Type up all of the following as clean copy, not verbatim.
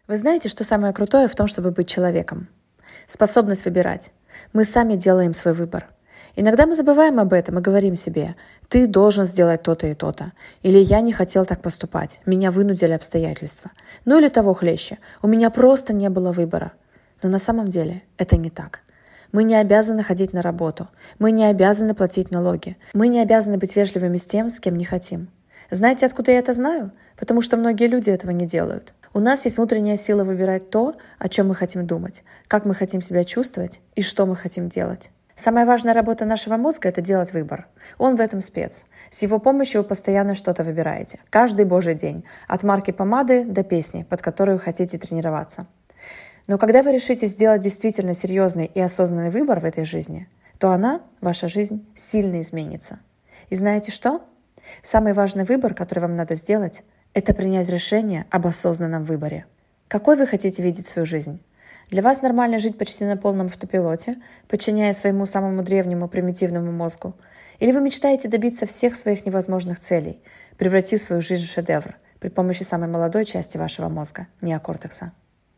Вы знаете, что самое крутое в том, чтобы быть человеком? Способность выбирать. Мы сами делаем свой выбор. Иногда мы забываем об этом и говорим себе: «Ты должен сделать то-то и то-то». Или «Я не хотел так поступать, меня вынудили обстоятельства». Ну или того хлеще: «У меня просто не было выбора». Но на самом деле это не так. Мы не обязаны ходить на работу. Мы не обязаны платить налоги. Мы не обязаны быть вежливыми с тем, с кем не хотим. Знаете, откуда я это знаю? Потому что многие люди этого не делают. У нас есть внутренняя сила выбирать то, о чем мы хотим думать, как мы хотим себя чувствовать и что мы хотим делать. Самая важная работа нашего мозга — это делать выбор. Он в этом спец. С его помощью вы постоянно что-то выбираете. Каждый божий день. От марки помады до песни, под которую хотите тренироваться. Но когда вы решите сделать действительно серьезный и осознанный выбор в этой жизни, то она, ваша жизнь, сильно изменится. И знаете что? Самый важный выбор, который вам надо сделать, это принять решение об осознанном выборе. Какой вы хотите видеть свою жизнь? Для вас нормально жить почти на полном автопилоте, подчиняя своему самому древнему примитивному мозгу? Или вы мечтаете добиться всех своих невозможных целей, превратив свою жизнь в шедевр при помощи самой молодой части вашего мозга, неокортекса?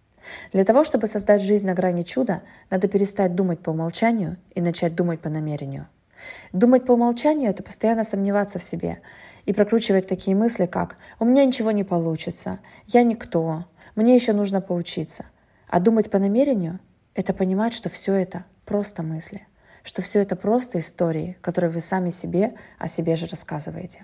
Для того, чтобы создать жизнь на грани чуда, надо перестать думать по умолчанию и начать думать по намерению. Думать по умолчанию — это постоянно сомневаться в себе и прокручивать такие мысли, как «у меня ничего не получится», «я никто», «мне еще нужно поучиться». А думать по намерению — это понимать, что все это просто мысли, что все это просто истории, которые вы сами себе о себе же рассказываете.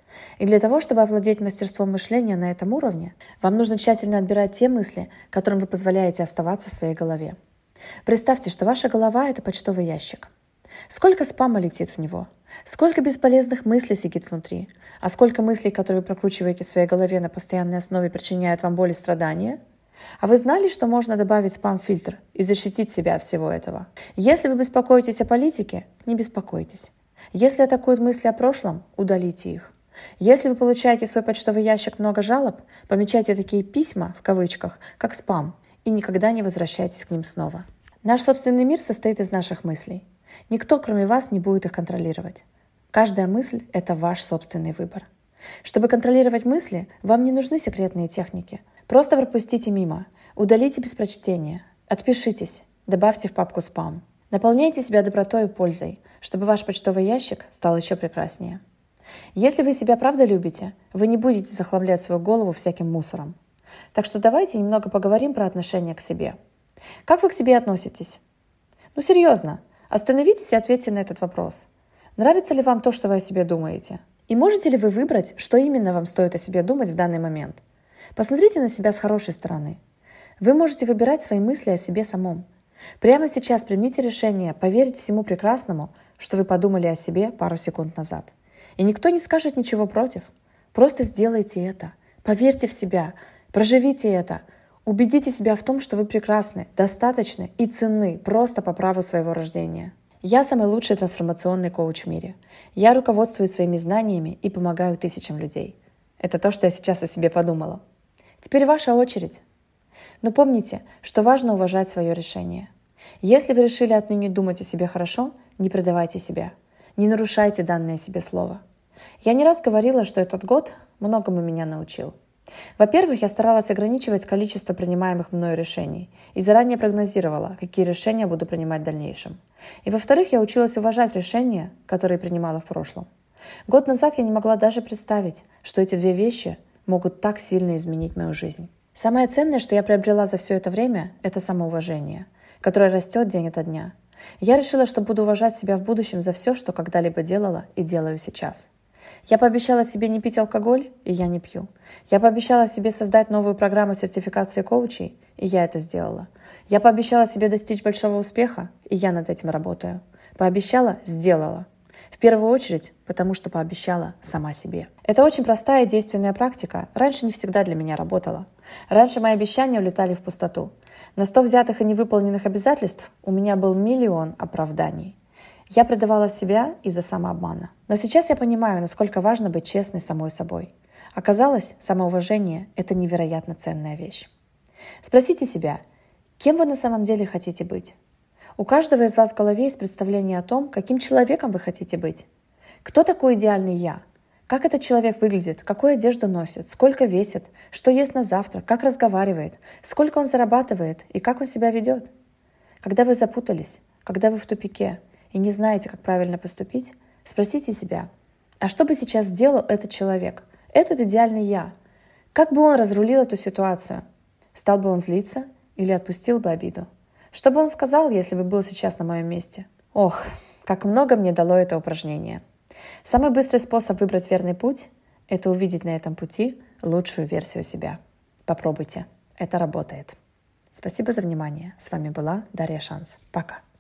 И для того, чтобы овладеть мастерством мышления на этом уровне, вам нужно тщательно отбирать те мысли, которым вы позволяете оставаться в своей голове. Представьте, что ваша голова — это почтовый ящик. Сколько спама летит в него? Сколько бесполезных мыслей сидит внутри? А сколько мыслей, которые вы прокручиваете в своей голове на постоянной основе, причиняют вам боль и страдания? А вы знали, что можно добавить спам-фильтр и защитить себя от всего этого? Если вы беспокоитесь о политике, не беспокойтесь. Если атакуют мысли о прошлом, удалите их. Если вы получаете в свой почтовый ящик много жалоб, помечайте такие «письма» в кавычках, как спам, и никогда не возвращайтесь к ним снова. Наш собственный мир состоит из наших мыслей. Никто, кроме вас, не будет их контролировать. Каждая мысль — это ваш собственный выбор. Чтобы контролировать мысли, вам не нужны секретные техники. Просто пропустите мимо, удалите без прочтения, отпишитесь, добавьте в папку «спам». Наполняйте себя добротой и пользой, чтобы ваш почтовый ящик стал еще прекраснее. Если вы себя правда любите, вы не будете захламлять свою голову всяким мусором. Так что давайте немного поговорим про отношение к себе. Как вы к себе относитесь? Серьезно, остановитесь и ответьте на этот вопрос. Нравится ли вам то, что вы о себе думаете? И можете ли вы выбрать, что именно вам стоит о себе думать в данный момент? Посмотрите на себя с хорошей стороны. Вы можете выбирать свои мысли о себе самом. Прямо сейчас примите решение поверить всему прекрасному, что вы подумали о себе пару секунд назад. И никто не скажет ничего против. Просто сделайте это. Поверьте в себя. Проживите это. Убедите себя в том, что вы прекрасны, достаточны и ценны просто по праву своего рождения. Я самый лучший трансформационный коуч в мире. Я руководствуюсь своими знаниями и помогаю тысячам людей. Это то, что я сейчас о себе подумала. Теперь ваша очередь. Но помните, что важно уважать свое решение. Если вы решили отныне думать о себе хорошо, не предавайте себя. Не нарушайте данное себе слово. Я не раз говорила, что этот год многому меня научил. Во-первых, я старалась ограничивать количество принимаемых мною решений и заранее прогнозировала, какие решения буду принимать в дальнейшем. И во-вторых, я училась уважать решения, которые принимала в прошлом. Год назад я не могла даже представить, что эти две вещи могут так сильно изменить мою жизнь. Самое ценное, что я приобрела за все это время, это самоуважение, которое растет день ото дня. Я решила, что буду уважать себя в будущем за все, что когда-либо делала и делаю сейчас. Я пообещала себе не пить алкоголь, и я не пью. Я пообещала себе создать новую программу сертификации коучей, и я это сделала. Я пообещала себе достичь большого успеха, и я над этим работаю. Пообещала — сделала. В первую очередь, потому что пообещала сама себе. Это очень простая и действенная практика. Раньше не всегда для меня работала. Раньше мои обещания улетали в пустоту. На 100 взятых и невыполненных обязательств у меня был миллион оправданий. Я предавала себя из-за самообмана. Но сейчас я понимаю, насколько важно быть честной с самой собой. Оказалось, самоуважение — это невероятно ценная вещь. Спросите себя, кем вы на самом деле хотите быть? У каждого из вас в голове есть представление о том, каким человеком вы хотите быть. Кто такой идеальный я? Как этот человек выглядит, какую одежду носит, сколько весит, что ест на завтрак, как разговаривает, сколько он зарабатывает и как он себя ведет. Когда вы запутались, когда вы в тупике и не знаете, как правильно поступить, спросите себя, а что бы сейчас сделал этот человек, этот идеальный я? Как бы он разрулил эту ситуацию? Стал бы он злиться или отпустил бы обиду? Что бы он сказал, если бы был сейчас на моем месте? Ох, как много мне дало это упражнение. Самый быстрый способ выбрать верный путь – это увидеть на этом пути лучшую версию себя. Попробуйте, это работает. Спасибо за внимание. С вами была Дарья Шанс. Пока.